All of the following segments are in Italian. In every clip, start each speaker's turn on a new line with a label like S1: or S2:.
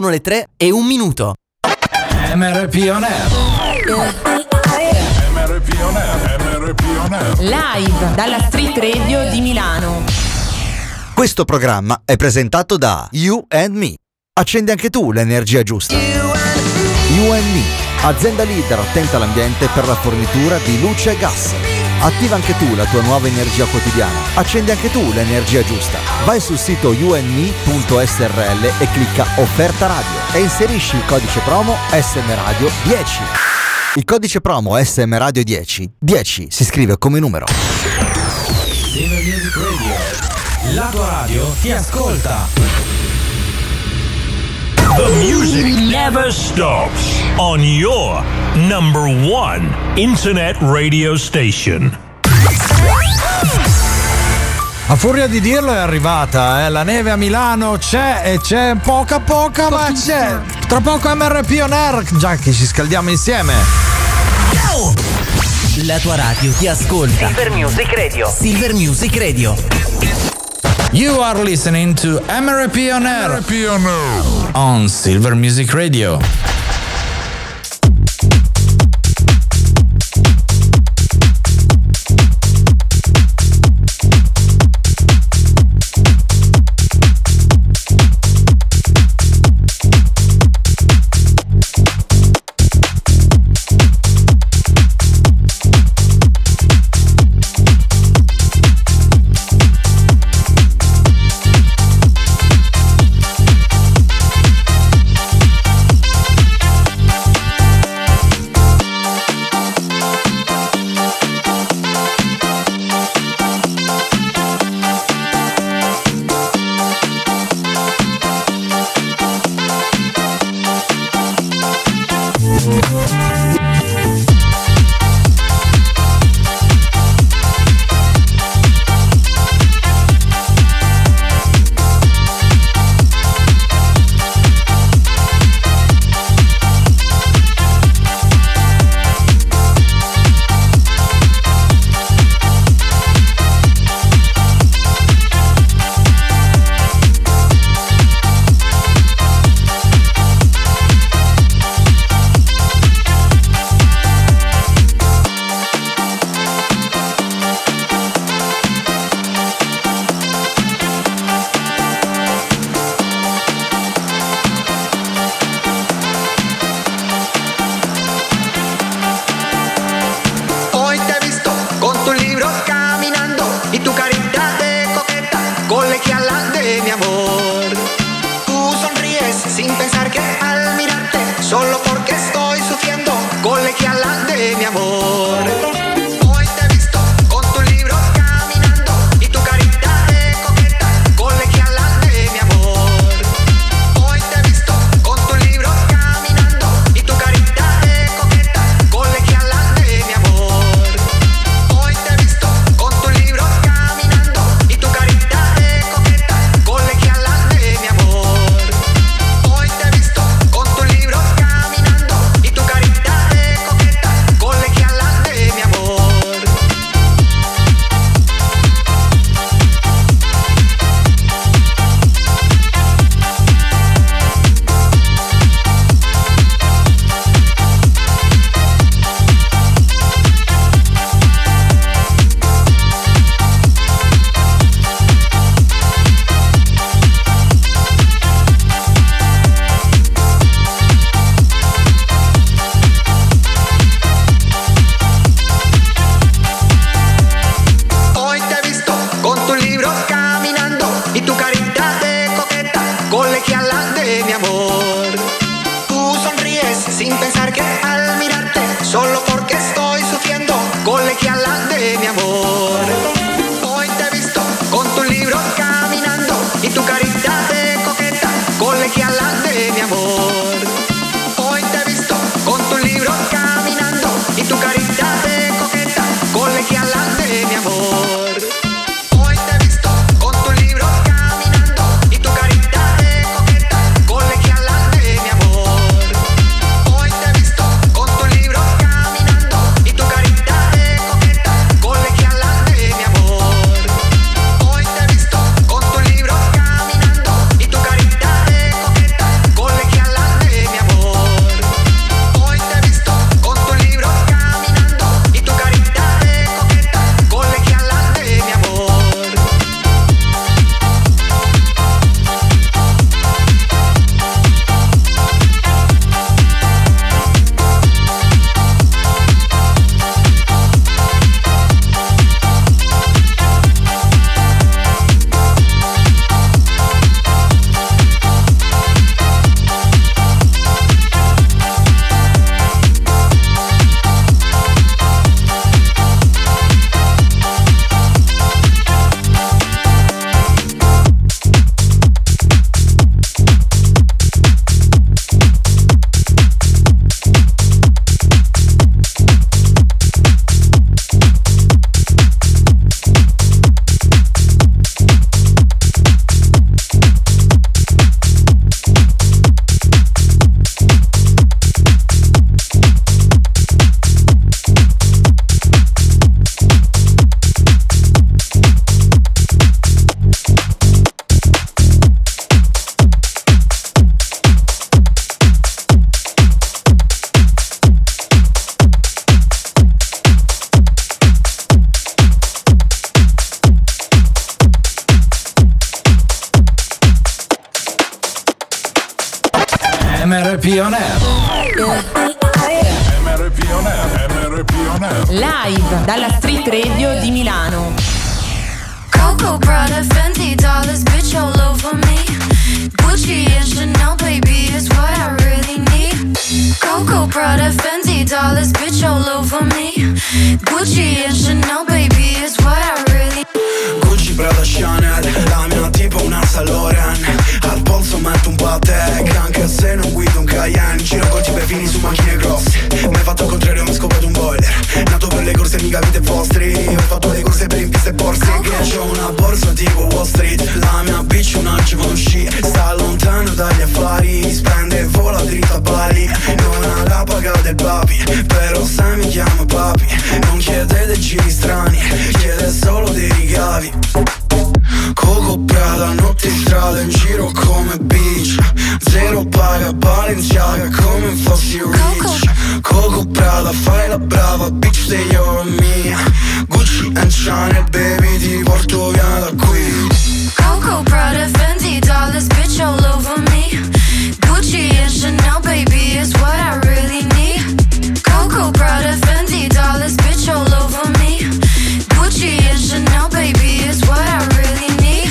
S1: Sono le 3:01.
S2: MRP On Air. MRP On Air.
S3: Live dalla Street Radio di Milano.
S4: Questo programma è presentato da You and Me. Accendi anche tu l'energia giusta. You and Me, azienda leader attenta all'ambiente per la fornitura di luce e gas. Attiva anche tu la tua nuova energia quotidiana. Accendi anche tu l'energia giusta. Vai sul sito youndme.srl e clicca Offerta Radio e inserisci il codice promo SM Radio 10. Il codice promo SM Radio 10 si scrive come numero.
S2: Silver Music Radio. La tua radio ti ascolta.
S5: The music never stops on your number one internet radio station.
S2: A furia di dirlo è arrivata, la neve a Milano c'è e c'è poca, ma c'è. Tra poco MRP On Air, già che ci scaldiamo insieme.
S1: La tua radio ti ascolta. Silver Music Radio. Silver Music Radio.
S2: You are listening to MRP On Air on Silver Music Radio.
S6: Con tu libro caminando y tu carita de coqueta, con
S2: MRP On Air.
S5: MRP On Air.
S3: Live dalla Street Radio di Milano.
S6: Coco, Prada, Fenty, dollars, bitch all over me. Gucci and Chanel, baby, is what I really need. Coco, Prada, Fenty, dollars, bitch all over me. Gucci and Chanel, baby, is what I really need.
S7: Gucci, Prada, Chanel, la mia tipo una Saint Laurent. Al polso metto un Patek, anche se non guido un Cayenne. Giro con tipi fini su macchine grosse. Mi hai fatto il contrario, mi scopato un boiler. Nato per le corse, mica vite vostri. Ho fatto le corse per in pista e porsi. Che c'ho una borsa tipo Wall Street. La mia bitch un Givenchy. Sta lontano dagli affari. Spende e vola dritta a Bali. Non ha la paga del papi, però se mi chiama papi non chiede dei giri strani, chiede solo dei ricavi. Coco, Prada, notte in strada, in giro come beach. Zero paga, Balenciaga come fossi rich. Coco, Prada, fai la brava, bitch, sei you're mia. Gucci and Chanel, baby, ti porto via da qui.
S6: Coco, Prada, Fenty, dollars, bitch all over me. Gucci and Chanel, baby, is what I really need. Coco, Prada, Fenty, dollars, bitch all over me. Gucci and Chanel, baby, is what I really need.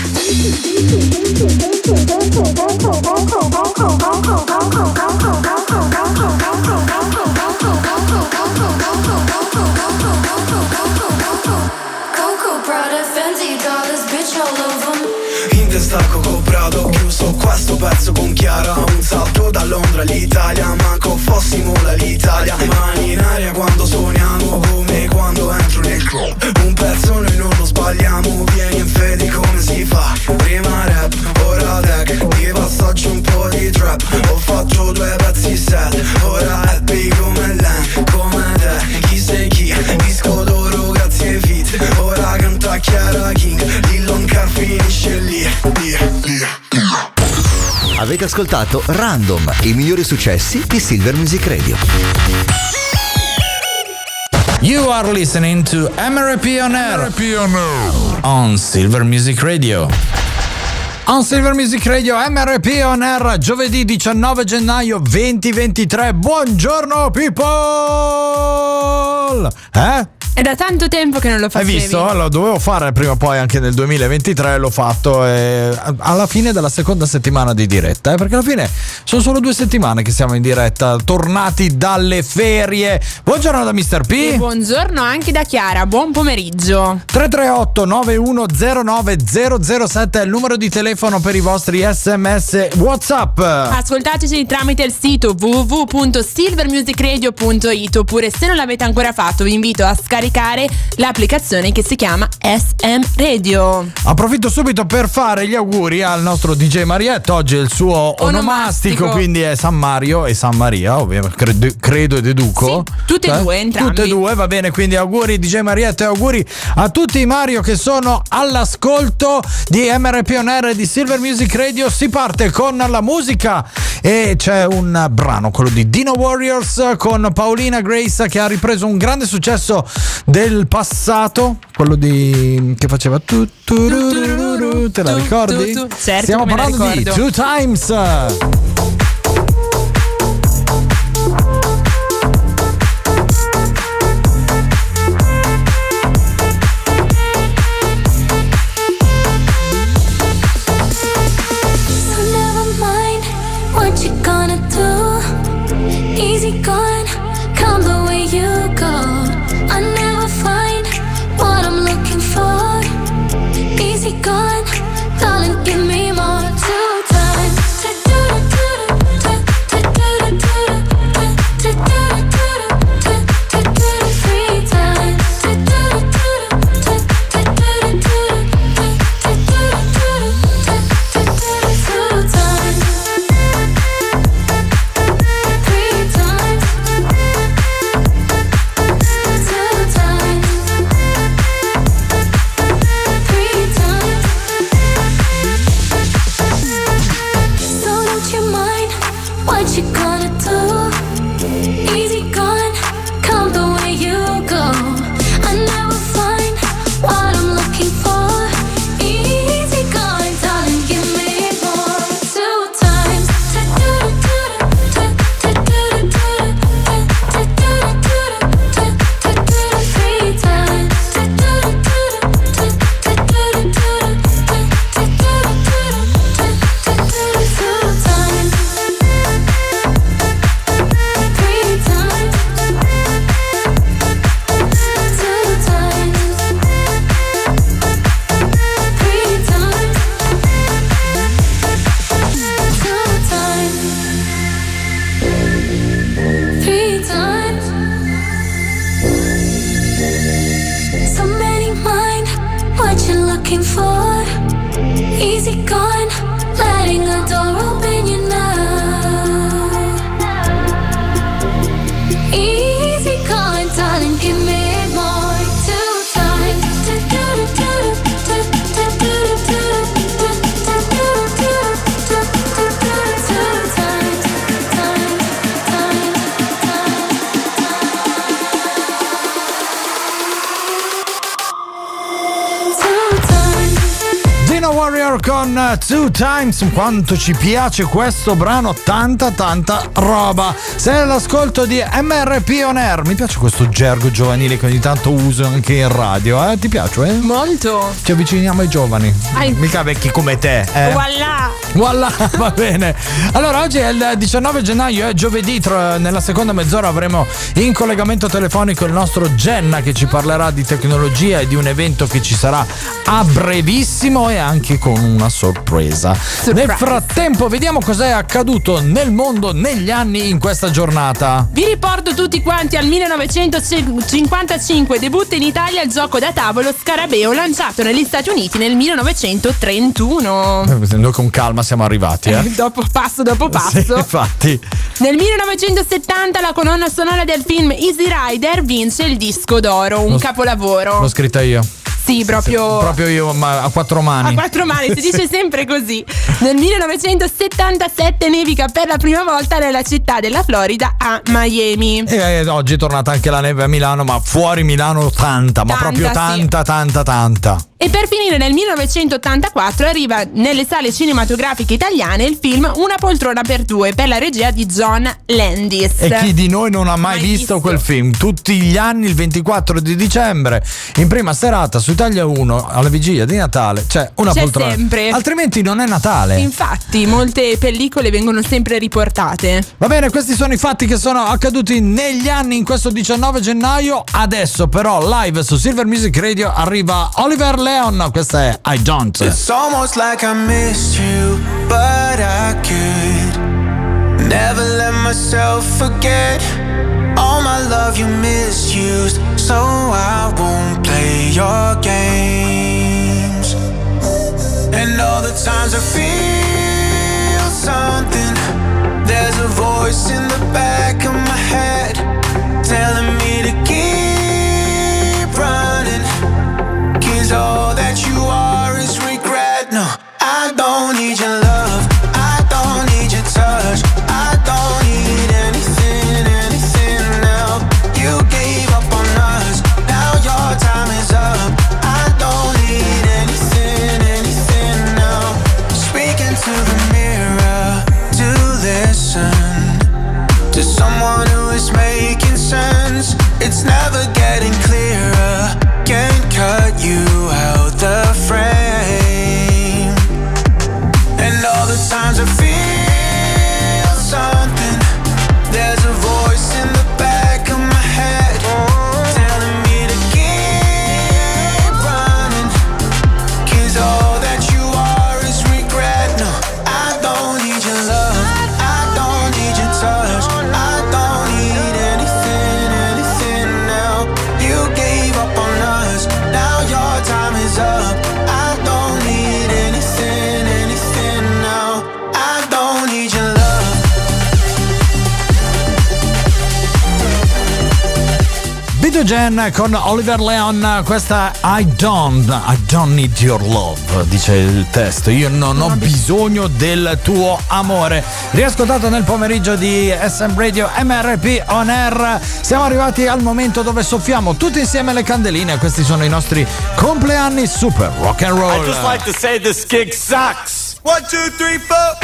S6: Coco, Prada, Fenty, dollars, bitch all over me.
S7: In testa Coco, Prada, ho chiuso questo pezzo con Chiara. Un salto da Londra all'Italia, manco fossimo l'Italia. Mani in aria quando suoniamo, come quando entro nel club. Un pezzo noi non lo sbagliamo, vieni in fede come si fa. Prima rap, ora tech, di passaggio un po' di trap. Ho fatto 2 pezzi set, ora happy come lei, come te. Chi sei chi? Disco d'oro grazie ai feat. Ora canta Chiara King, Lil Car finisce lì.
S4: Avete ascoltato Random, i migliori successi di Silver Music Radio.
S2: You are listening to MRP On Air on Silver Music Radio. On Silver Music Radio, MRP On Air, giovedì 19 gennaio 2023. Buongiorno people!
S3: È da tanto tempo che non lo facevi.
S2: Hai visto? Lo dovevo fare prima o poi anche nel 2023, l'ho fatto alla fine della seconda settimana di diretta, perché alla fine sono solo 2 settimane che siamo in diretta, tornati dalle ferie. Buongiorno da Mr. P.
S3: E buongiorno anche da Chiara, buon pomeriggio.
S2: 338 9109 007 è il numero di telefono per i vostri SMS WhatsApp.
S3: Ascoltateci tramite il sito www.silvermusicradio.it, oppure se non l'avete ancora fatto vi invito a scaricare l'applicazione che si chiama SM Radio.
S2: Approfitto subito per fare gli auguri al nostro DJ Marietto. Oggi è il suo onomastico, quindi è San Mario e San Maria, ovviamente, credo e deduco.
S3: Sì, tutte e due, entrambi.
S2: Tutte e due, va bene, quindi auguri DJ Marietto e auguri a tutti i Mario che sono all'ascolto di MRP On Air e di Silver Music Radio. Si parte con la musica e c'è un brano, quello di Dino Warriors con Paulina Grace, che ha ripreso un grande successo del passato, quello che faceva te la ricordi?
S3: Certo,
S2: stiamo parlando di Two Times.
S6: Gone, darling, give me more. Two times. looking for. Easy going, letting a door open you now. Easy going, darling, give me more. 2 times.
S2: Dino Warrior con 2 Times. Quanto ci piace questo brano, tanta roba. Sei all'ascolto di MRP On Air. Mi piace questo gergo giovanile che ogni tanto uso anche in radio, Ti piace?
S3: Molto.
S2: Ci avviciniamo ai giovani. Mica vecchi come te, Voilà, va bene. Allora, oggi è il 19 gennaio, è giovedì. Nella seconda mezz'ora avremo in collegamento telefonico il nostro Genna, che ci parlerà di tecnologia e di un evento che ci sarà a brevissimo, e anche con una sorpresa. Nel frattempo vediamo cos'è accaduto nel mondo negli anni in questa giornata.
S3: Vi riporto tutti quanti al 1955, debutta in Italia il gioco da tavolo Scarabeo, lanciato negli Stati Uniti nel 1931.
S2: Noi con calma siamo arrivati,
S3: passo dopo passo.
S2: Sì, infatti.
S3: Nel 1970 la colonna sonora del film Easy Rider vince il disco d'oro, un capolavoro.
S2: L'ho scritta io.
S3: Sì, proprio
S2: io, ma a 4 mani.
S3: A 4 mani, si dice sempre così. Nel 1977 nevica per la prima volta nella città della Florida, a Miami.
S2: E oggi è tornata anche la neve a Milano, ma fuori Milano tanta, ma proprio tanta.
S3: E per finire, nel 1984 arriva nelle sale cinematografiche italiane il film Una poltrona per 2, per la regia di John Landis.
S2: E chi di noi non ha mai visto quel film? Tutti gli anni, il 24 di dicembre, in prima serata su Italia 1, alla vigilia di Natale, c'è una poltrona.
S3: Sempre.
S2: Altrimenti non è Natale.
S3: Infatti, molte pellicole vengono sempre riportate.
S2: Va bene, questi sono i fatti che sono accaduti negli anni in questo 19 gennaio. Adesso però live su Silver Music Radio arriva Oliver Leon. Questa è I Don't.
S7: It's almost like I missed you, but I could never let myself forget all my love you misused, so I won't play your games. And all the times I feel something, there's a voice in the back of my head telling me to keep running, 'cause all that you are is regret. No, I don't need your love, I don't need your touch, I don't need anything now. You gave up on us, now your time is up. I don't need anything now. Speaking to the mirror to listen to someone who is making sense. It's never getting clearer, can't cut you out the frame. And all the times I feel something, there's a voice in the back of my head telling me to keep running, 'cause all that you are is regret. No, I don't need your love, I don't need your touch, I don't need anything now. You gave up on us, now your time is up. I don't need anything now. I don't need your love.
S2: Video Gen con Oliver Leon, questa I don't need your love, dice il testo. Io non ho bisogno del tuo amore. Riascoltato nel pomeriggio di SM Radio MRP On Air. Siamo arrivati al momento dove soffiamo tutti insieme le candeline. Questi sono i nostri compleanni super rock and roll.
S8: I just like to say this gig sucks. 1, 2, 3, 4.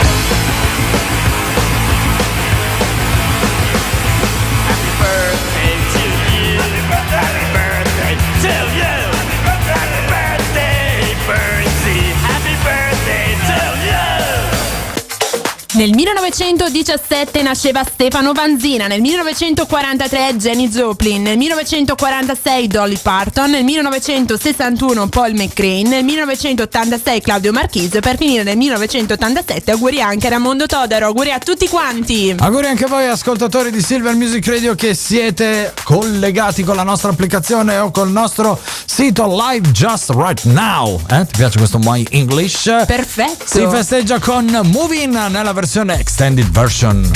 S3: Nel 1917 nasceva Stefano Vanzina, nel 1943 Jenny Joplin, nel 1946 Dolly Parton, nel 1961 Paul McCrane, nel 1986 Claudio Marchisio, per finire nel 1987 auguri anche a Ramondo Todaro. Auguri a tutti quanti.
S2: Auguri anche a voi ascoltatori di Silver Music Radio che siete collegati con la nostra applicazione o col nostro sito Live Just Right Now. Ti piace questo My English?
S3: Perfetto.
S2: Si festeggia con Moving nella versione extended version.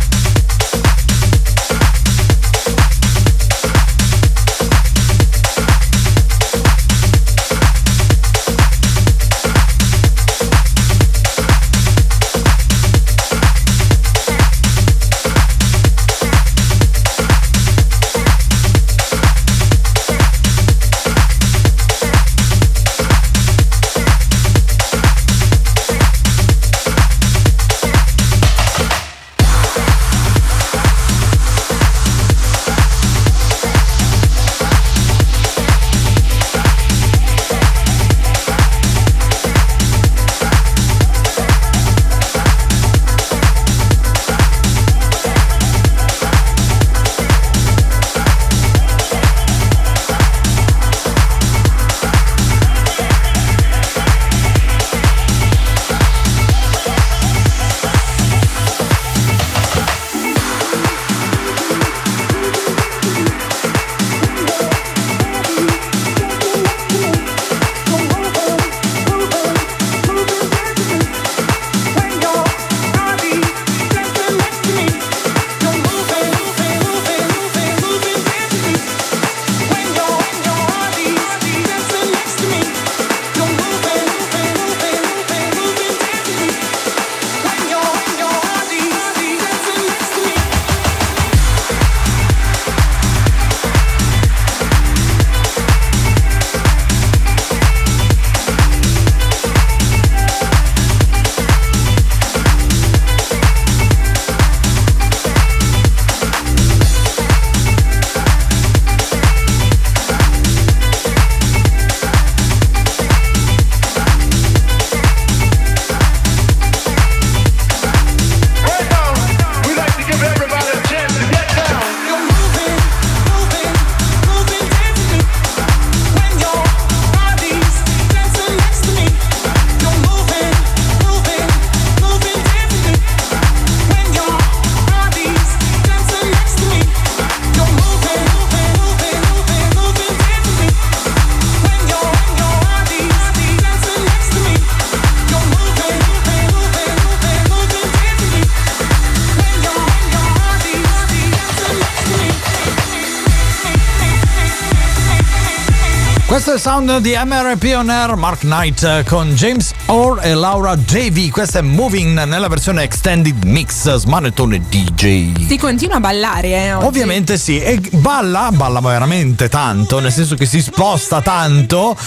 S2: Questo è il sound di MRP On Air, Mark Knight con James Orr e Laura Davy. Questo è Moving nella versione extended mix, Smanettone DJ.
S3: Si continua a ballare, oggi.
S2: Ovviamente sì, e balla veramente tanto, nel senso che si sposta tanto,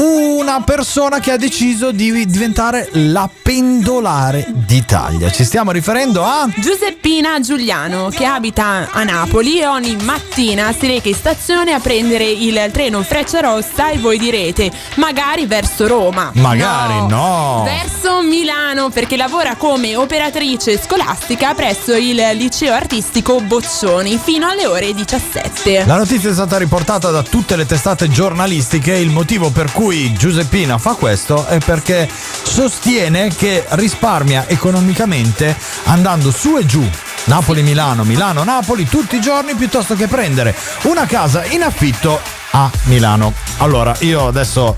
S2: una persona che ha deciso di diventare la pendolare d'Italia. Ci stiamo riferendo a
S3: Giuseppina Giuliano, che abita a Napoli e ogni mattina si reca in stazione a prendere il treno Frecciarossa e voi direte magari verso Roma.
S2: Magari no.
S3: Verso Milano, perché lavora come operatrice scolastica presso il liceo artistico Boccioni fino alle ore 17.
S2: La notizia è stata riportata da tutte le testate giornalistiche. Il motivo per cui Giuseppina fa questo è perché sostiene che risparmia economicamente andando su e giù Napoli-Milano, Milano-Napoli tutti i giorni, piuttosto che prendere una casa in affitto a Milano. Allora, io adesso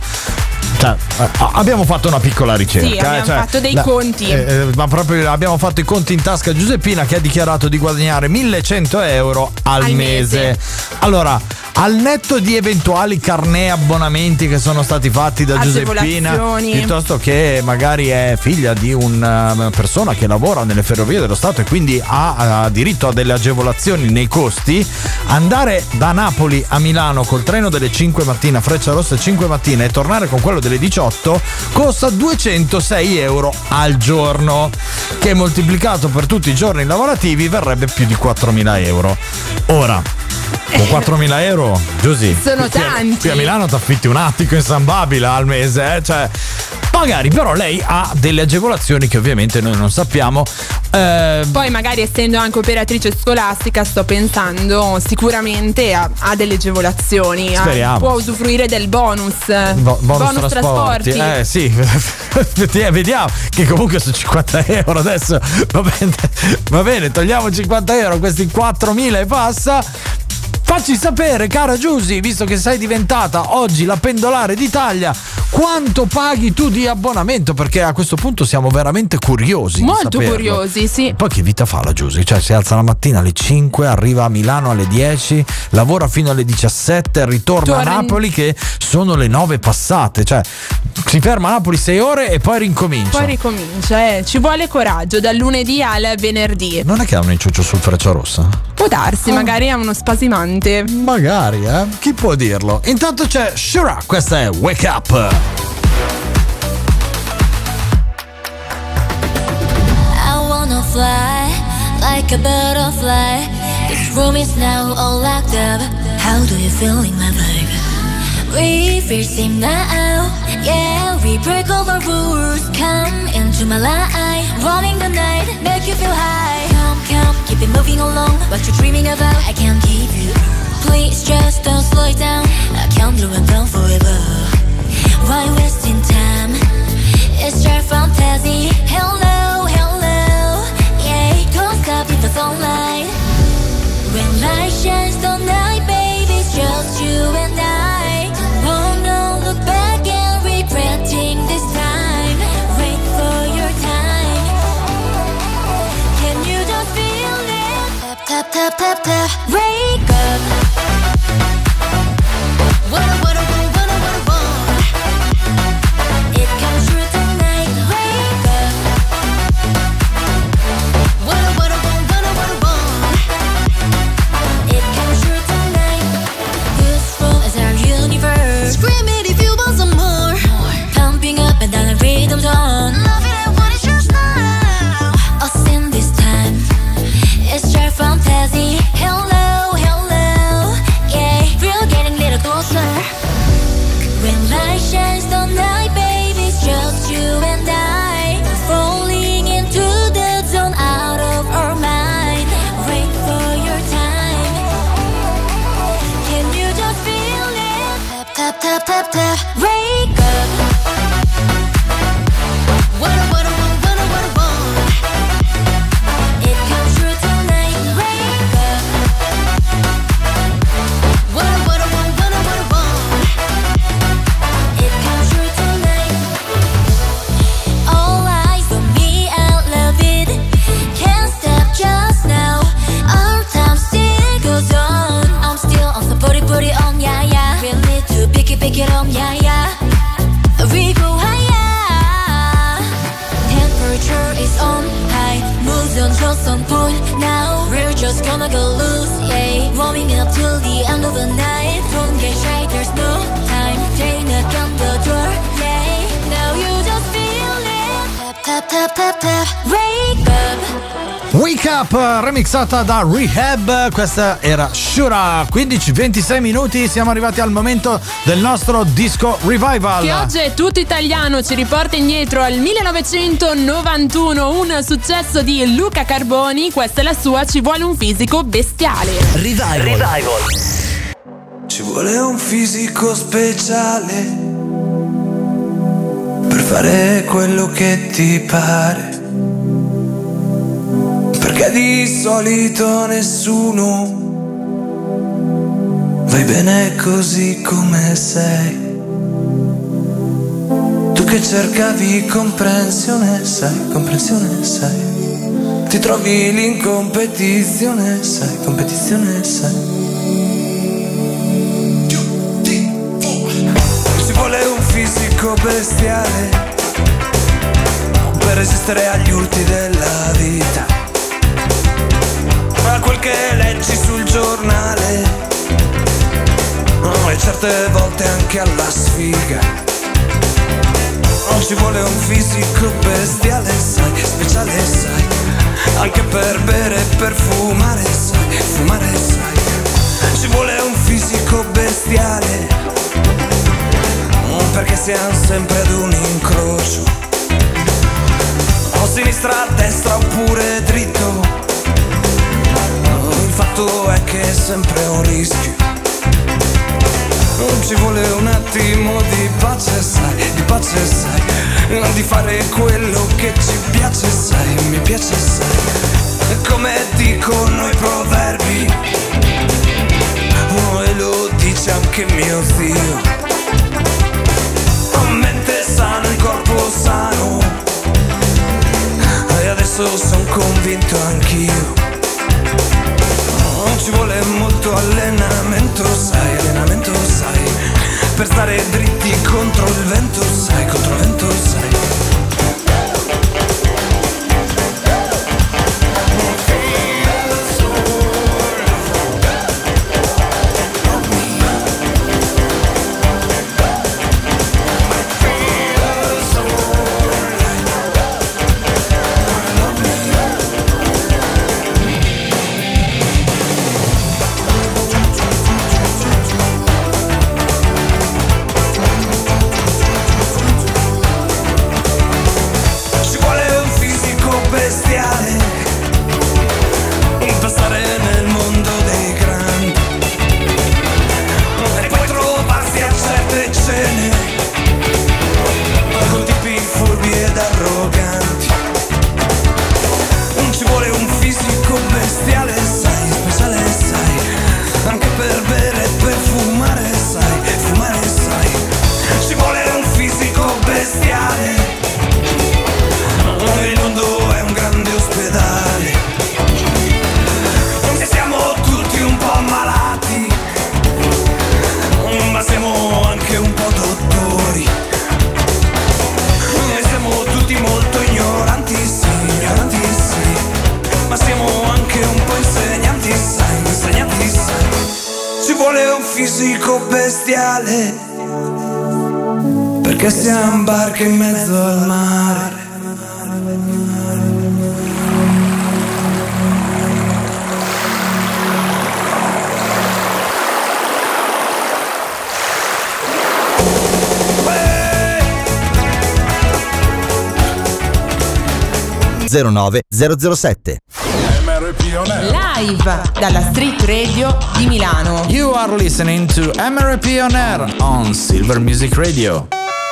S2: abbiamo fatto una piccola ricerca.
S3: Sì, abbiamo fatto dei conti.
S2: Ma proprio abbiamo fatto i conti in tasca a Giuseppina, che ha dichiarato di guadagnare 1.100 euro al mese. Allora, al netto di eventuali carné abbonamenti che sono stati fatti da Giuseppina, piuttosto che magari è figlia di una persona che lavora nelle ferrovie dello Stato e quindi ha diritto a delle agevolazioni nei costi, andare da Napoli a Milano col treno delle 5 mattina, Frecciarossa 5 mattina, e tornare con quello delle 18 costa 206 euro al giorno, che moltiplicato per tutti i giorni lavorativi verrebbe più di 4.000 euro. Ora, con 4.000 euro, Giusy,
S3: sono tanti.
S2: Qui a Milano ti affitti un attico in San Babila al mese, cioè magari, però lei ha delle agevolazioni che ovviamente noi non sappiamo.
S3: Poi magari essendo anche operatrice scolastica, sto pensando sicuramente ha delle agevolazioni.
S2: Speriamo.
S3: Può usufruire del bonus
S2: bonus trasporti. Sì, vediamo che comunque su 50 euro adesso va bene, togliamo 50 euro, questi 4.000 e passa. Facci sapere, cara Giusy, visto che sei diventata oggi la pendolare d'Italia, quanto paghi tu di abbonamento? Perché a questo punto siamo veramente curiosi.
S3: Molto curiosi, sì.
S2: Poi che vita fa la Giusy? Cioè si alza la mattina alle 5, arriva a Milano alle 10, lavora fino alle 17, ritorna a Napoli che sono le 9 passate. Cioè si ferma a Napoli 6 ore e poi rincomincia.
S3: Ci vuole coraggio dal lunedì al venerdì.
S2: Non è che ha un inciuccio sul Frecciarossa?
S3: Può darsi, magari ha uno spasimante.
S2: Magari, chi può dirlo? Intanto c'è Shura, questa è Wake Up.
S9: I wanna fly like a butterfly. This room is now all locked up. How do you feel in my vibe? We feel same now. Yeah, we break all the rules. Come into my life. Running the night, make you feel high. Come, keep it moving along. What you're dreaming about, I can't give you. Please just don't slow it down. I can't do it down forever. Why wasting time? It's your fantasy. Hello, yeah, don't stop in the sunlight. When light shines the night, baby, it's just you and I. Oh no, look back and regretting this time. Wait for your time. Can you just feel it? Tap, tap, tap, tap, wake up. What it comes through tonight. Wake up. What it comes through tonight. This room is our universe. Scream it if you want some more. Pumping up and down the rhythm's on. Love it, I want it just now. Us in this time. It's your fantasy. Hello, yeah, we're getting a little closer. When light shines the night, baby, it's just you and I. Falling into the zone out of our mind. Wait for your time. Can you just feel it? Tap, tap, tap, tap, wake up. What it comes through tonight. Wake up. What it comes through tonight. All eyes on me, I love it. Can't stop just now. Our time still goes on. I'm still on, so put it on, yeah. We need to pick it up, yeah. We go higher. Temperature is on high. Moves on just on point now. We're just gonna go loose, yeah. Warming up till the end of the night. Don't get shy, there's no time. Take knock on the door, yeah. Now you just feel it. Tap, tap, tap, tap, wake up.
S2: Wake Up, remixata da Rehab. Questa era Shura. 15-26 minuti, siamo arrivati al momento del nostro disco revival,
S3: che oggi è tutto italiano, ci riporta indietro al 1991, un successo di Luca Carboni. Questa è la sua Ci vuole un fisico bestiale.
S1: Revival.
S7: Ci vuole un fisico speciale per fare quello che ti pare, perché di solito nessuno vai bene così come sei. Tu che cercavi comprensione, sai. Ti trovi lì in competizione, sai. Ci vuole un fisico bestiale per resistere agli urti della vita, a quel che leggi sul giornale, e certe volte anche alla sfiga. Non ci vuole un fisico bestiale, sai, speciale, sai, anche per bere e per fumare, sai, sinistra, a destra oppure dritto. Il fatto è che è sempre un rischio. Ci vuole un attimo di pace, sai, di fare quello che ci piace, sai, mi piace, sai, come dicono i proverbi, e lo dice anche mio zio. Mente sana, il corpo sano, e adesso son convinto anch'io. Ci vuole molto allenamento, sai, per stare dritti contro il vento, sai, contro il vento, sai. Perché siamo barche in mezzo al mare.
S4: .09007
S3: Live dalla Street Radio di Milano.
S2: You are listening to MRP On Air on Silver Music Radio.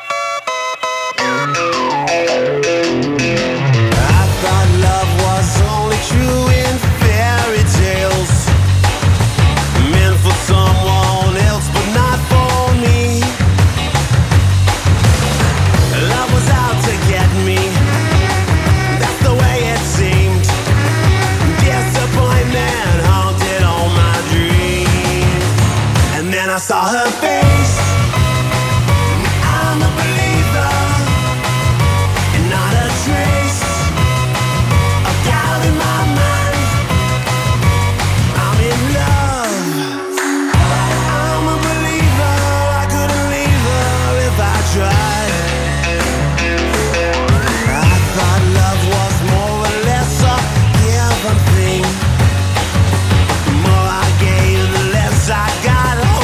S7: I saw her face. I'm a believer, and not a trace of doubt in my mind. I'm in love. I'm a believer. I couldn't leave her if I tried. I thought love was more or less a given thing. The more I gave, the less I got.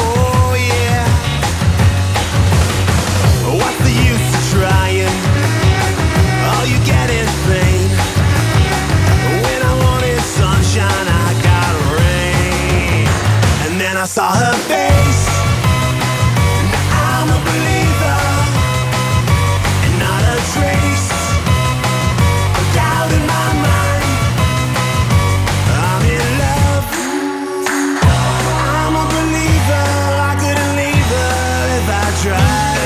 S7: I saw her face. I'm a believer, and not a trace of doubt in my mind. I'm in love. I'm a believer. I couldn't leave her if I tried.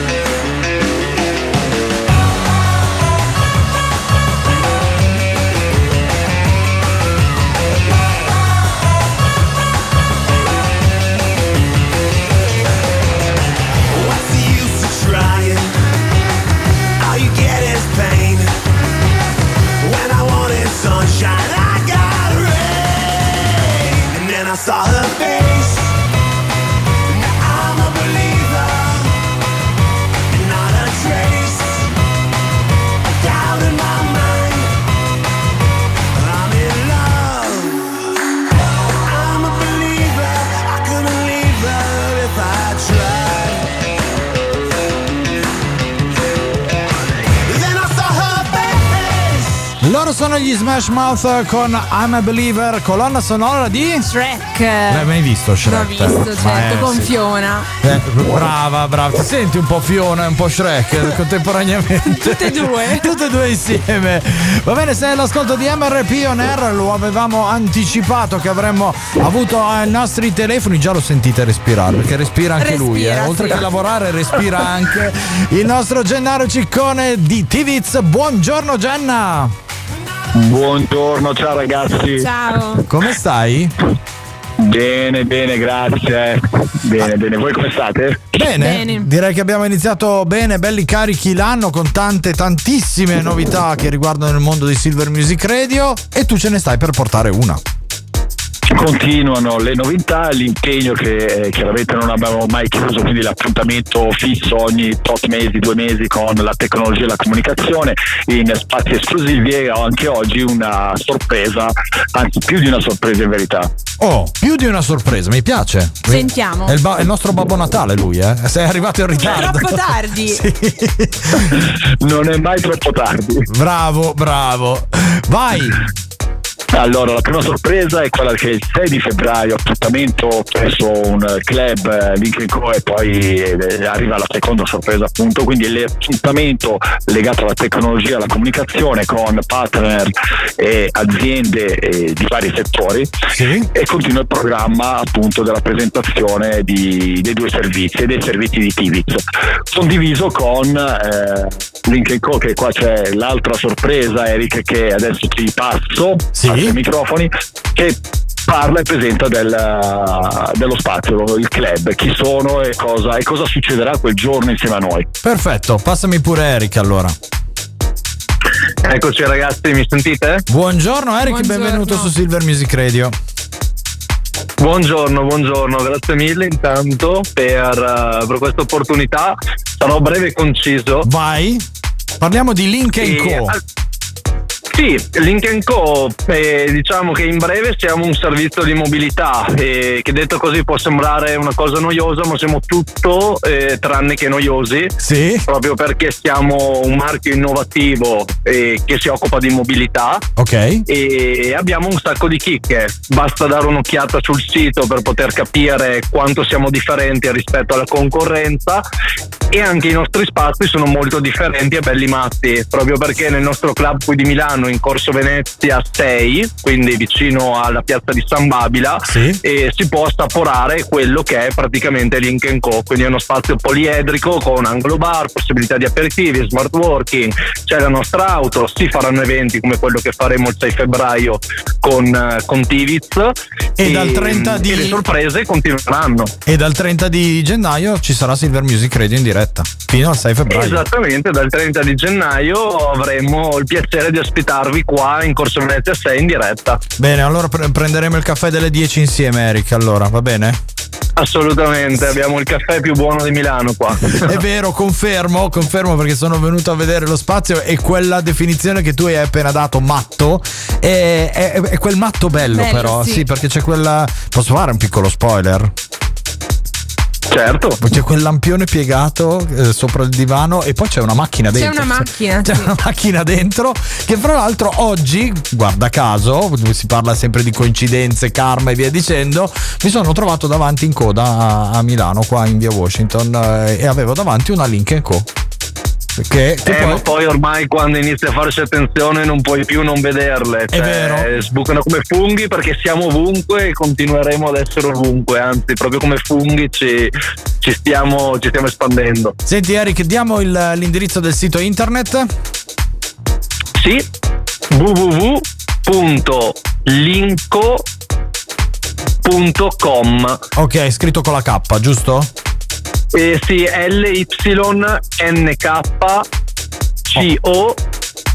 S7: Pain. When I wanted sunshine, I got rain. And then I saw her face. Now I'm a believer, and not a trace of doubt in my mind. I'm in love. I'm a believer. I couldn't leave her if I tried.
S2: sono gli Smash Mouth con I'm a Believer, colonna sonora di
S3: Shrek.
S2: L'hai mai visto Shrek?
S3: L'ho visto, certo, con
S2: sì.
S3: Fiona.
S2: Brava, ti senti un po' Fiona e un po' Shrek contemporaneamente?
S3: Tutte e due
S2: insieme. Va bene, sei all'ascolto di MRP On Air, lo avevamo anticipato che avremmo avuto ai nostri telefoni, già lo sentite respirare, perché respira anche lui, oltre che lavorare respira anche il nostro Gennaro Ciccone di Tiviz. Buongiorno Genna.
S10: Buongiorno, ciao ragazzi.
S3: Ciao.
S2: Come stai?
S10: Bene, grazie. Bene, voi come state?
S2: Bene, direi che abbiamo iniziato bene, belli carichi l'anno con tantissime novità che riguardano il mondo di Silver Music Radio, e tu ce ne stai per portare una.
S10: Continuano le novità, l'impegno che chiaramente non abbiamo mai chiuso, quindi l'appuntamento fisso ogni tot mesi, 2 mesi con la tecnologia e la comunicazione in spazi esclusivi, e anche oggi una sorpresa, anzi più di una sorpresa in verità.
S2: Oh, più di una sorpresa, mi piace.
S3: Sentiamo.
S2: È il nostro Babbo Natale lui, sei arrivato in ritardo.
S3: Troppo tardi.
S2: Sì.
S10: Non è mai troppo tardi.
S2: Bravo. Vai.
S10: Allora, la prima sorpresa è quella che il 6 di febbraio, appuntamento presso un club Link & Co, e poi arriva la seconda sorpresa appunto, quindi l'appuntamento legato alla tecnologia e alla comunicazione con partner e aziende di vari settori,
S2: sì.
S10: E continua il programma appunto della presentazione dei due servizi e dei servizi di Tiviz, condiviso con Link & Co, che qua c'è l'altra sorpresa, Eric, che adesso ti passo.
S2: Sì.
S10: Ai microfoni, che parla e presenta dello spazio, il club, chi sono e cosa succederà quel giorno insieme a noi.
S2: Perfetto, passami pure Eric allora.
S11: Eccoci ragazzi, mi sentite?
S2: Buongiorno Eric, benvenuto su Silver Music Radio.
S11: Buongiorno, grazie mille intanto per questa opportunità. Sarò breve e conciso.
S2: Vai, parliamo di Link & Co.
S11: Sì, Link & Co, diciamo che in breve siamo un servizio di mobilità, che detto così può sembrare una cosa noiosa, ma siamo tutto tranne che noiosi.
S2: Sì.
S11: Proprio perché siamo un marchio innovativo che si occupa di mobilità.
S2: Ok.
S11: E abbiamo un sacco di chicche. Basta dare un'occhiata sul sito per poter capire quanto siamo differenti rispetto alla concorrenza. E anche i nostri spazi sono molto differenti e belli matti, proprio perché nel nostro club qui di Milano, in Corso Venezia 6, quindi vicino alla piazza di San Babila,
S2: sì.
S11: E si può assaporare quello che è praticamente Link & Co, quindi è uno spazio poliedrico con angolo bar, possibilità di aperitivi, smart working, c'è la nostra auto, si faranno eventi come quello che faremo il 6 febbraio con Tiviz,
S2: e dal 30 di...
S11: e le sorprese continueranno.
S2: E dal 30 di gennaio ci sarà Silver Music Radio in diretta fino al 6 febbraio.
S11: Esattamente, dal 30 di gennaio avremo il piacere di ospitarvi qua in Corso Venezia 6 in diretta.
S2: Bene, allora prenderemo il caffè delle 10 insieme Eric, allora, va bene?
S11: Assolutamente, abbiamo il caffè più buono di Milano qua.
S2: È vero, confermo perché sono venuto a vedere lo spazio, e quella definizione che tu hai appena dato, matto, è quel matto bello però, sì, perché c'è quella... Posso fare un piccolo spoiler?
S11: Certo.
S2: C'è quel lampione piegato sopra il divano, e poi c'è una macchina dentro. C'è una macchina dentro, che fra l'altro oggi, guarda caso, si parla sempre di coincidenze, karma e via dicendo, mi sono trovato davanti in coda a Milano, qua in via Washington, e avevo davanti una Link & Co.
S11: Ma poi ormai quando inizi a farci attenzione non puoi più non vederle,
S2: è vero.
S11: Sbucano come funghi, perché siamo ovunque e continueremo ad essere ovunque, anzi proprio come funghi ci stiamo espandendo.
S2: Senti Eric, diamo l'indirizzo del sito internet.
S11: Sì, www.linko.com.
S2: Ok, scritto con la K, giusto?
S11: Sì, LYNKCO.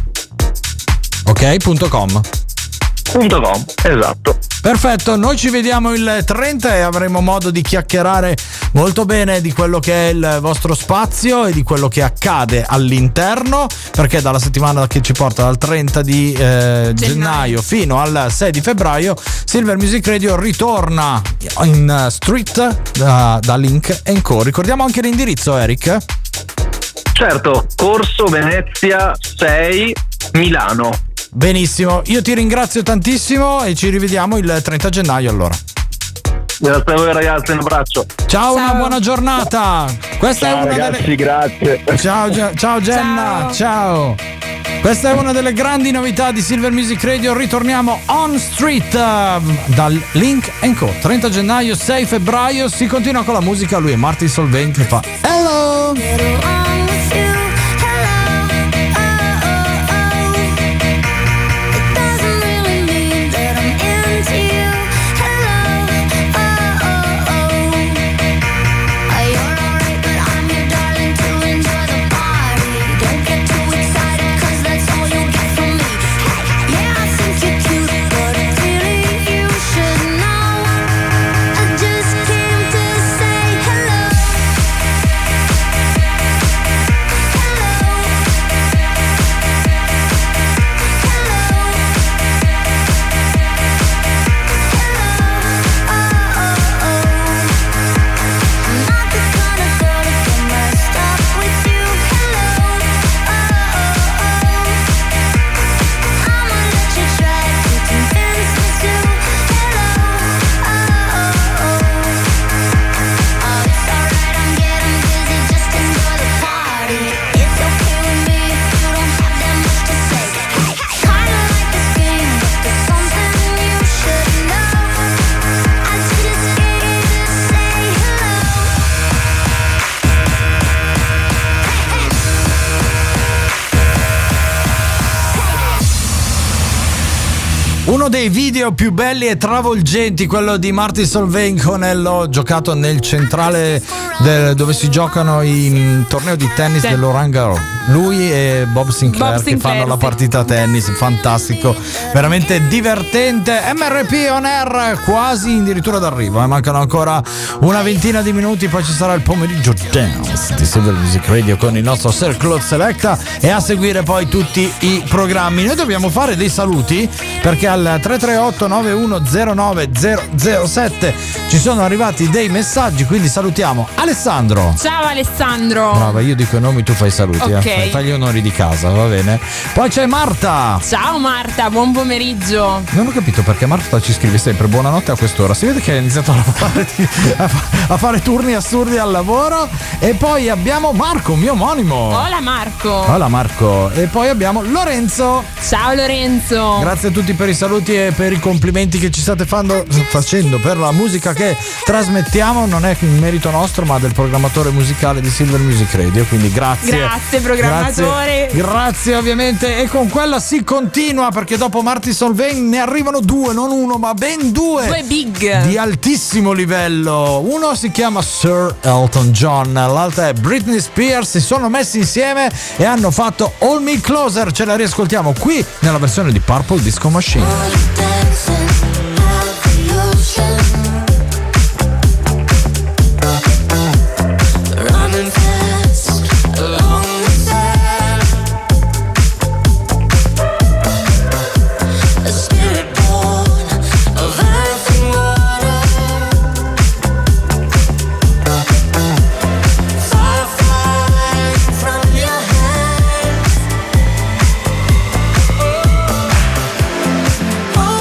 S2: Ok, .com.
S11: Esatto.
S2: Perfetto, noi ci vediamo il 30 e avremo modo di chiacchierare molto bene di quello che è il vostro spazio e di quello che accade all'interno, perché dalla settimana che ci porta dal 30 di gennaio fino al 6 di febbraio Silver Music Radio ritorna in street da Link & Co. Ricordiamo anche l'indirizzo, Eric?
S11: Certo, Corso Venezia 6 Milano.
S2: Benissimo, io ti ringrazio tantissimo e ci rivediamo il 30 gennaio allora.
S11: Grazie a voi ragazzi, un abbraccio.
S2: Ciao, una buona giornata. Questa
S10: Ciao
S2: è una
S10: ragazzi, grazie.
S2: Ciao Gemma, ciao. Questa è una delle grandi novità di Silver Music Radio. Ritorniamo on street dal Link & Co. 30 gennaio, 6 febbraio. Si continua con la musica. Lui è Martin Solveig che fa Hello. Uno dei video più belli e travolgenti, quello di Martin Solveig con Ello, giocato nel centrale dove si giocano i torneo di tennis dell'Oran Garros. Lui e Bob Sinclair che fanno la partita a tennis, fantastico, veramente divertente. MRP On Air quasi addirittura d'arrivo, mancano ancora una ventina di minuti, poi ci sarà il pomeriggio dance di Silver Music Radio con il nostro Sir Claude Selecta e a seguire poi tutti i programmi. Noi dobbiamo fare dei saluti perché al 338-9109-007 ci sono arrivati dei messaggi, quindi salutiamo Alessandro.
S3: Ciao Alessandro.
S2: Brava, io dico i nomi, tu fai i saluti.
S3: Ok.
S2: Fai gli onori di casa, va bene? Poi c'è Marta.
S3: Ciao Marta, buon pomeriggio.
S2: Non ho capito perché Marta ci scrive sempre buonanotte a quest'ora. Si vede che ha iniziato a fare turni assurdi al lavoro. E poi abbiamo Marco, mio omonimo.
S3: Hola Marco.
S2: Hola Marco. E poi abbiamo Lorenzo.
S3: Ciao Lorenzo.
S2: Grazie a tutti per i saluti e per i complimenti che ci state facendo per la musica che trasmettiamo. Non è un merito nostro, ma del programmatore musicale di Silver Music Radio. Quindi grazie.
S3: Grazie programmatore.
S2: Grazie ovviamente. E con quella si continua, perché dopo Martin Solveig ne arrivano due, non uno, ma ben due.
S3: Due big.
S2: Di altissimo livello. Uno si chiama Sir Elton John, l'altra è Britney Spears. Si sono messi insieme e hanno fatto Hold Me Closer. Ce la riascoltiamo qui nella versione di Purple Disco Machine.
S6: Oh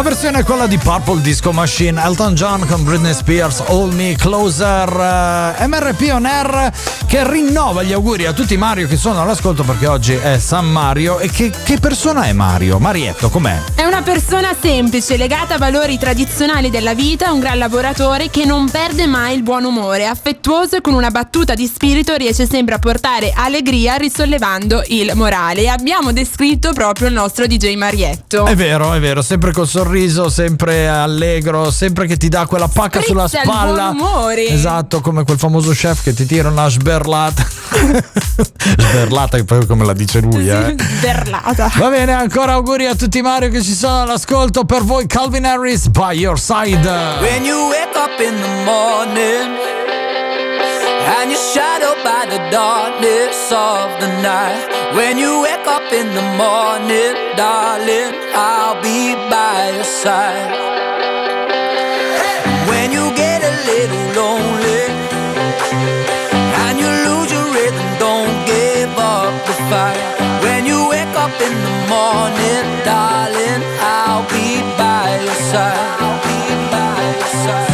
S2: versione è quella di Purple Disco Machine, Elton John con Britney Spears, Hold Me Closer. MRP On Air che rinnova gli auguri a tutti Mario che sono all'ascolto, perché oggi è San Mario. E che persona è Mario? Marietto, com'è?
S3: È una persona semplice, legata a valori tradizionali della vita, un gran lavoratore che non perde mai il buon umore, affettuoso e con una battuta di spirito riesce sempre a portare allegria risollevando il morale. E abbiamo descritto proprio il nostro DJ Marietto.
S2: È vero, sempre col sorriso, sempre allegro, sempre che ti dà quella pacca sulla spalla.
S3: Il buon umore.
S2: Esatto, come quel famoso chef che ti tira una sberlata. Sberlata, che poi come la dice lui,
S3: Sberlata.
S2: Va bene, ancora auguri a tutti Mario che ci sono all'ascolto. Per voi Calvin Harris, By Your Side.
S12: When you wake up in the morning and you're shadowed by the darkness of the night. When you wake up in the morning, darling, I'll be by your side. When you get a little lonely and you lose your rhythm, don't give up the fight. When you wake up in the morning, darling, I'll be by your side. I'll be by your side.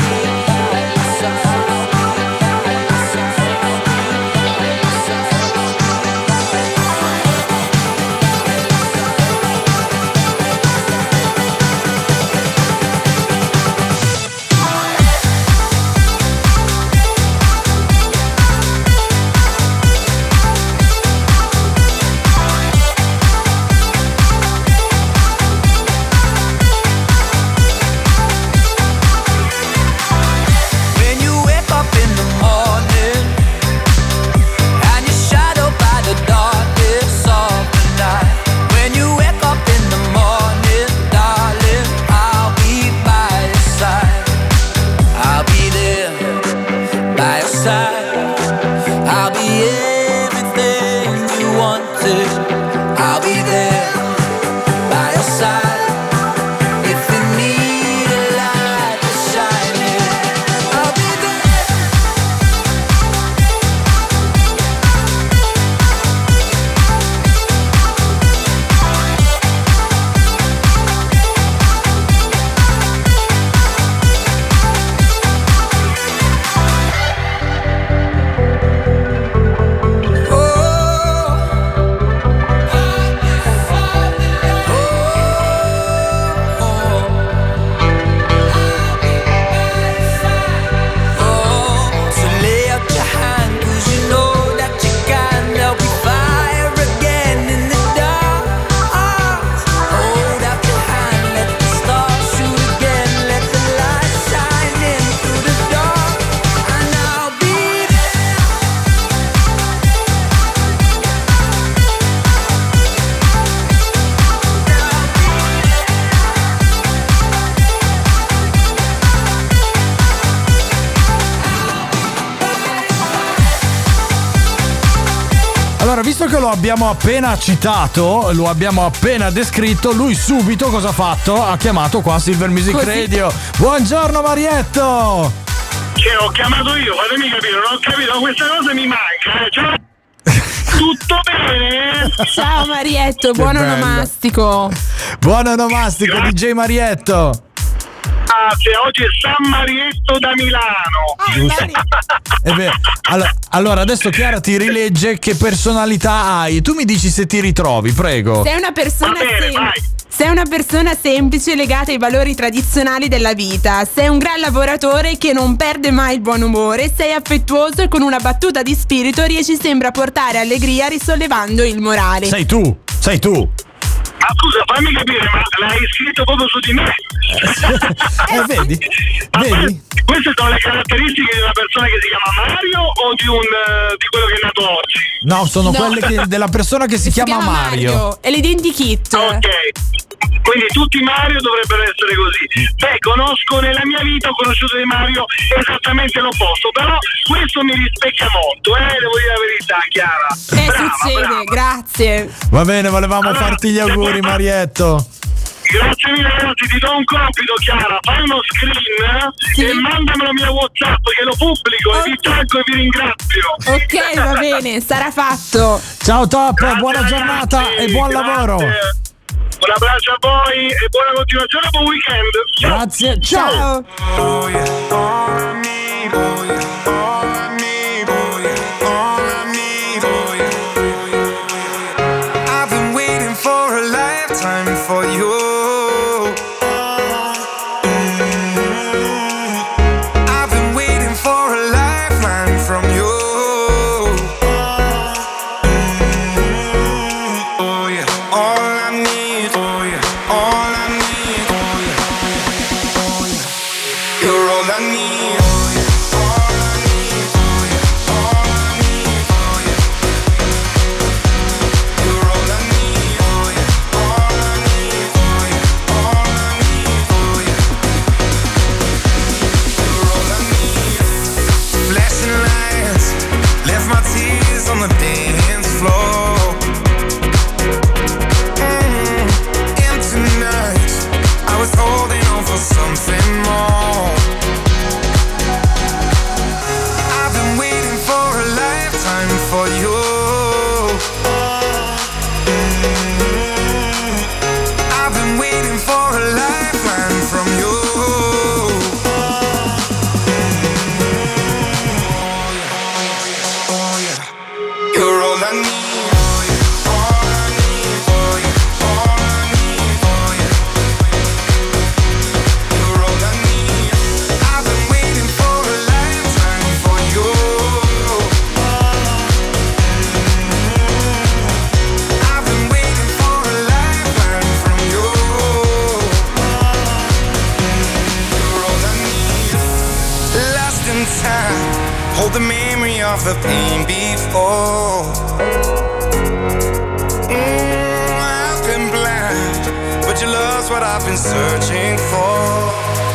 S2: Allora, visto che lo abbiamo appena citato, lo abbiamo appena descritto, lui subito cosa ha fatto? Ha chiamato qua Silver Music Radio. Buongiorno Marietto!
S13: Che ho chiamato io, fatemi capire, non ho capito, questa cosa mi manca. Ciao. Tutto bene?
S3: Ciao Marietto, buon onomastico.
S2: Buon onomastico, DJ Marietto.
S13: Grazie, oggi è San Marietto da Milano.
S2: È vero. Allora, adesso Chiara ti rilegge che personalità hai. Tu mi dici se ti ritrovi, prego.
S3: Sei una persona Sei una persona semplice, legata ai valori tradizionali della vita. Sei un gran lavoratore che non perde mai il buon umore. Sei affettuoso e con una battuta di spirito riesci sempre a portare allegria risollevando il morale.
S2: Sei tu.
S13: Ma scusa, fammi capire, ma l'hai scritto proprio su di me?
S2: Vedi?
S13: Queste sono le caratteristiche di una persona che si chiama Mario o di quello che è nato oggi?
S2: No, sono quelle della persona che si chiama Mario.
S3: È l'identikit.
S13: Ok. Quindi tutti Mario dovrebbero essere così. Beh, conosco nella mia vita, ho conosciuto di Mario esattamente l'opposto, però questo mi rispecchia molto, devo dire la verità, Chiara.
S3: Succede, grazie.
S2: Va bene, volevamo farti gli auguri, Marietto.
S13: Grazie mille ragazzi, ti do un compito, Chiara, fai uno screen e mandamelo via WhatsApp che lo pubblico e vi taggo e vi ringrazio.
S3: Ok, va bene, sarà fatto.
S2: Ciao Top, buona giornata e buon lavoro.
S13: Un abbraccio a voi e buona continuazione, buon weekend. Ciao.
S2: Grazie, ciao.
S14: Oh yeah, all I need, oh yeah, all I need, oh yeah, all I need, oh yeah. I've been waiting for a lifetime for you. I've been waiting for a lifeline from you. Oh yeah, all I need, oh yeah, all I need, oh yeah, oh yeah. You're all I need, oh yeah, all I need, oh yeah, all I need, oh yeah. You're all I need, oh yeah, all I need, oh yeah, all I need, oh yeah. You're all I need. Flashing lights left my tears on the dance floor. Empty nights, I was holding on for something more. I've been waiting for a lifetime for you. I've been waiting for a lifeline from you. Oh yeah, you're all I need. Oh yeah, all I need. Oh yeah, all I need. Oh yeah, you're all I need. I've been waiting for a lifetime for you. I've been waiting for a lifeline from you. You're all I need. Lost in time, hold the memory of the pain before. I've been blind, but your love's what I've been searching for.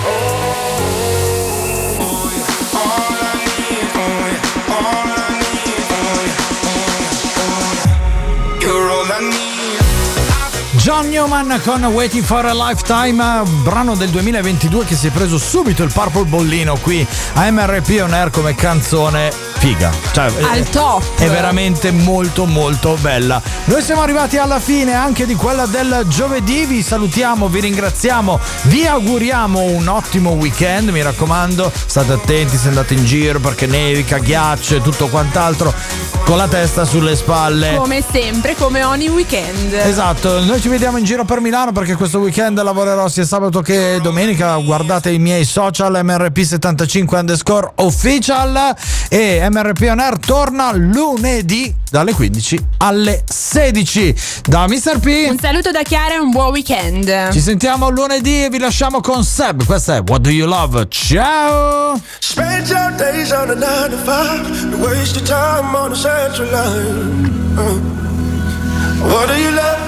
S14: Oh yeah, all I need, oh yeah, all I need, oh yeah, oh yeah. You're all I need.
S2: John Newman con Waiting for a Lifetime, brano del 2022 che si è preso subito il Purple Bollino qui a MRP On Air come canzone figa. Cioè,
S3: Al top.
S2: È veramente molto molto bella. Noi siamo arrivati alla fine anche di quella del giovedì, vi salutiamo, vi ringraziamo, vi auguriamo un ottimo weekend, mi raccomando, state attenti se andate in giro perché nevica, ghiaccio e tutto quant'altro, con la testa sulle spalle.
S3: Come sempre, come ogni weekend.
S2: Esatto, noi ci vediamo in giro per Milano perché questo weekend lavorerò sia sabato che domenica. Guardate i miei social MRP75_official e MRP On Air torna lunedì dalle 15 alle 16. Da Mr. P
S3: un saluto da Chiara e un buon weekend.
S2: Ci sentiamo lunedì e vi lasciamo con Seb. Questa è What Do You Love. Ciao.
S15: Spend your days on a 9 to 5 to waste your time on a central line. What do you love?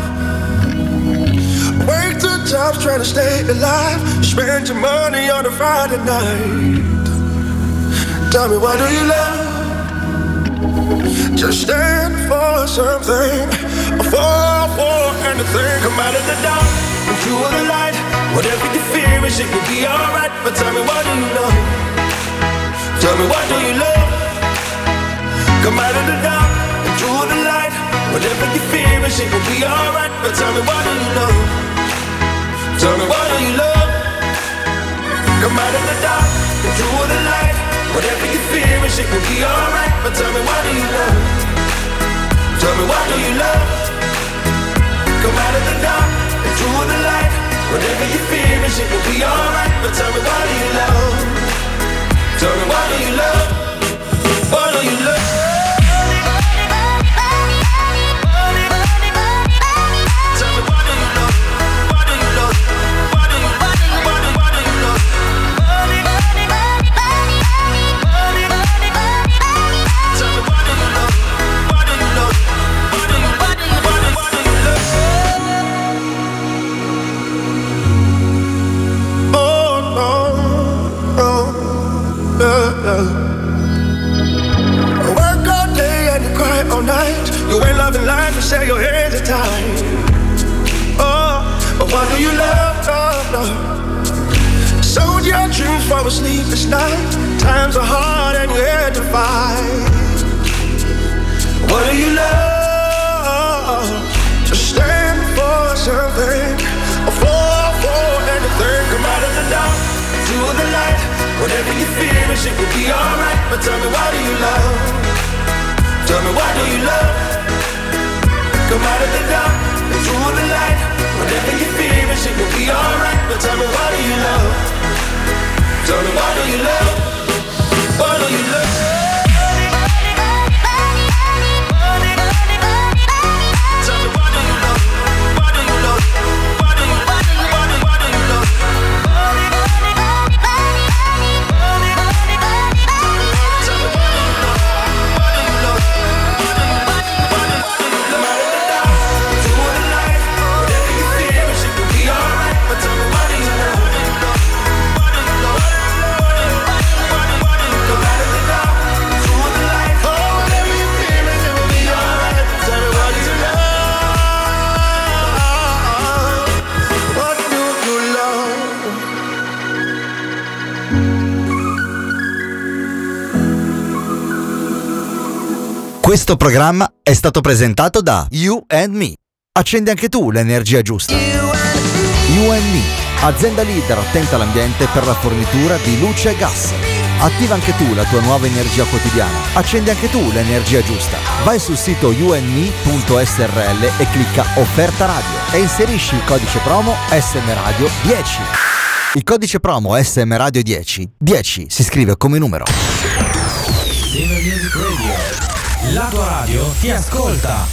S15: Work the jobs trying to stay alive. Spend your money on a Friday night. Tell me, what do you love? Just stand for something, fall for anything. Come out of the dark, into the light. Whatever you fear is, it will be alright. But tell me, what do you love? Tell me, what do you love? Come out of the dark, into the light. Whatever you fear is, it will be alright. But tell me, what do you love? Tell me, what do you love? Come out of the dark, into the light. Whatever you fear is, it will be alright. But tell me, what do you love? Tell me, what do you love? Come out of the dark, into the light. Whatever you fear is, it will be alright. But tell me, what do you love? Tell me, what do you love? What do you love? Work all day and you cry all night. You ain't loving life, you say your hands are tied. Oh, but what do you love? No. Sold your dreams for a sleepless night. Times are hard and you had to fight. What do you love? Just stand for something. fear, shit will be alright. But tell me, why do you love? Tell me, why do you love? Come out of the dark, into the light. Whatever you fear, shit will be alright. But tell me, why do you love? Tell me, why do you love? Why do you love?
S4: Questo programma è stato presentato da You and Me. Accendi anche tu l'energia giusta. You and Me, azienda leader attenta all'ambiente per la fornitura di luce e gas. Attiva anche tu la tua nuova energia quotidiana. Accendi anche tu l'energia giusta. Vai sul sito youandme.srl e clicca Offerta Radio e inserisci il codice promo SM Radio 10. Il codice promo SM Radio 10 si scrive come numero.
S1: Silver Music Radio. La tua radio ti ascolta.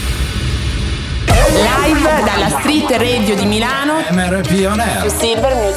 S3: Live dalla Street Radio di Milano.
S2: MRP On Air.
S3: Su Silver Music